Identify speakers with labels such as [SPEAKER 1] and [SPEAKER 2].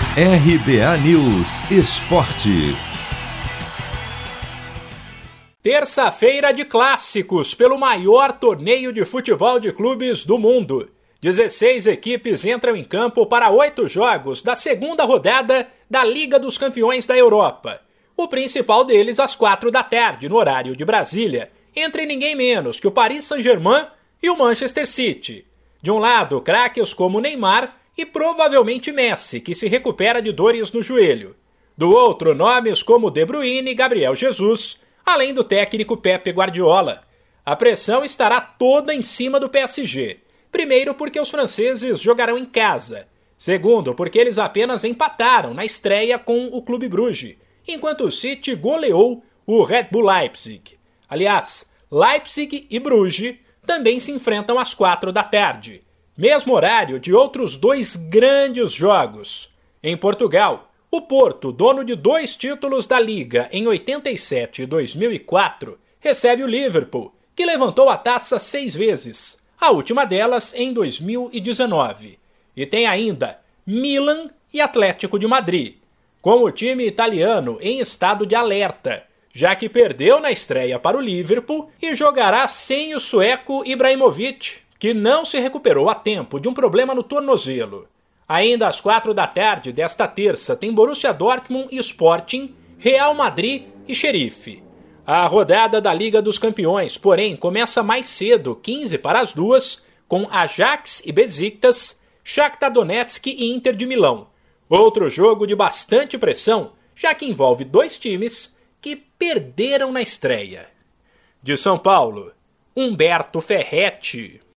[SPEAKER 1] RBA News Esporte.
[SPEAKER 2] Terça-feira de clássicos pelo maior torneio de futebol de clubes do mundo. 16 equipes entram em campo para 8 jogos da segunda rodada da Liga dos Campeões da Europa. O principal deles às 4 da tarde, no horário de Brasília, entre ninguém menos que o Paris Saint-Germain e o Manchester City. De um lado, craques como Neymar e provavelmente Messi, que se recupera de dores no joelho. Do outro, nomes como De Bruyne e Gabriel Jesus, além do técnico Pepe Guardiola. A pressão estará toda em cima do PSG. Primeiro, porque os franceses jogarão em casa. Segundo, porque eles apenas empataram na estreia com o Clube Bruges, enquanto o City goleou o Red Bull Leipzig. Aliás, Leipzig e Bruges também se enfrentam às 4 da tarde. Mesmo horário de outros 2 grandes jogos. Em Portugal, o Porto, dono de 2 títulos da Liga em 87 e 2004, recebe o Liverpool, que levantou a taça 6 vezes, a última delas em 2019. E tem ainda Milan e Atlético de Madrid, com o time italiano em estado de alerta, já que perdeu na estreia para o Liverpool e jogará sem o sueco Ibrahimovic, que não se recuperou a tempo de um problema no tornozelo. Ainda às 4 da tarde desta terça tem Borussia Dortmund e Sporting, Real Madrid e Xerife. A rodada da Liga dos Campeões, porém, começa mais cedo, 15 para as 2, com Ajax e Besiktas, Shakhtar Donetsk e Inter de Milão. Outro jogo de bastante pressão, já que envolve 2 times que perderam na estreia. De São Paulo, Humberto Ferretti.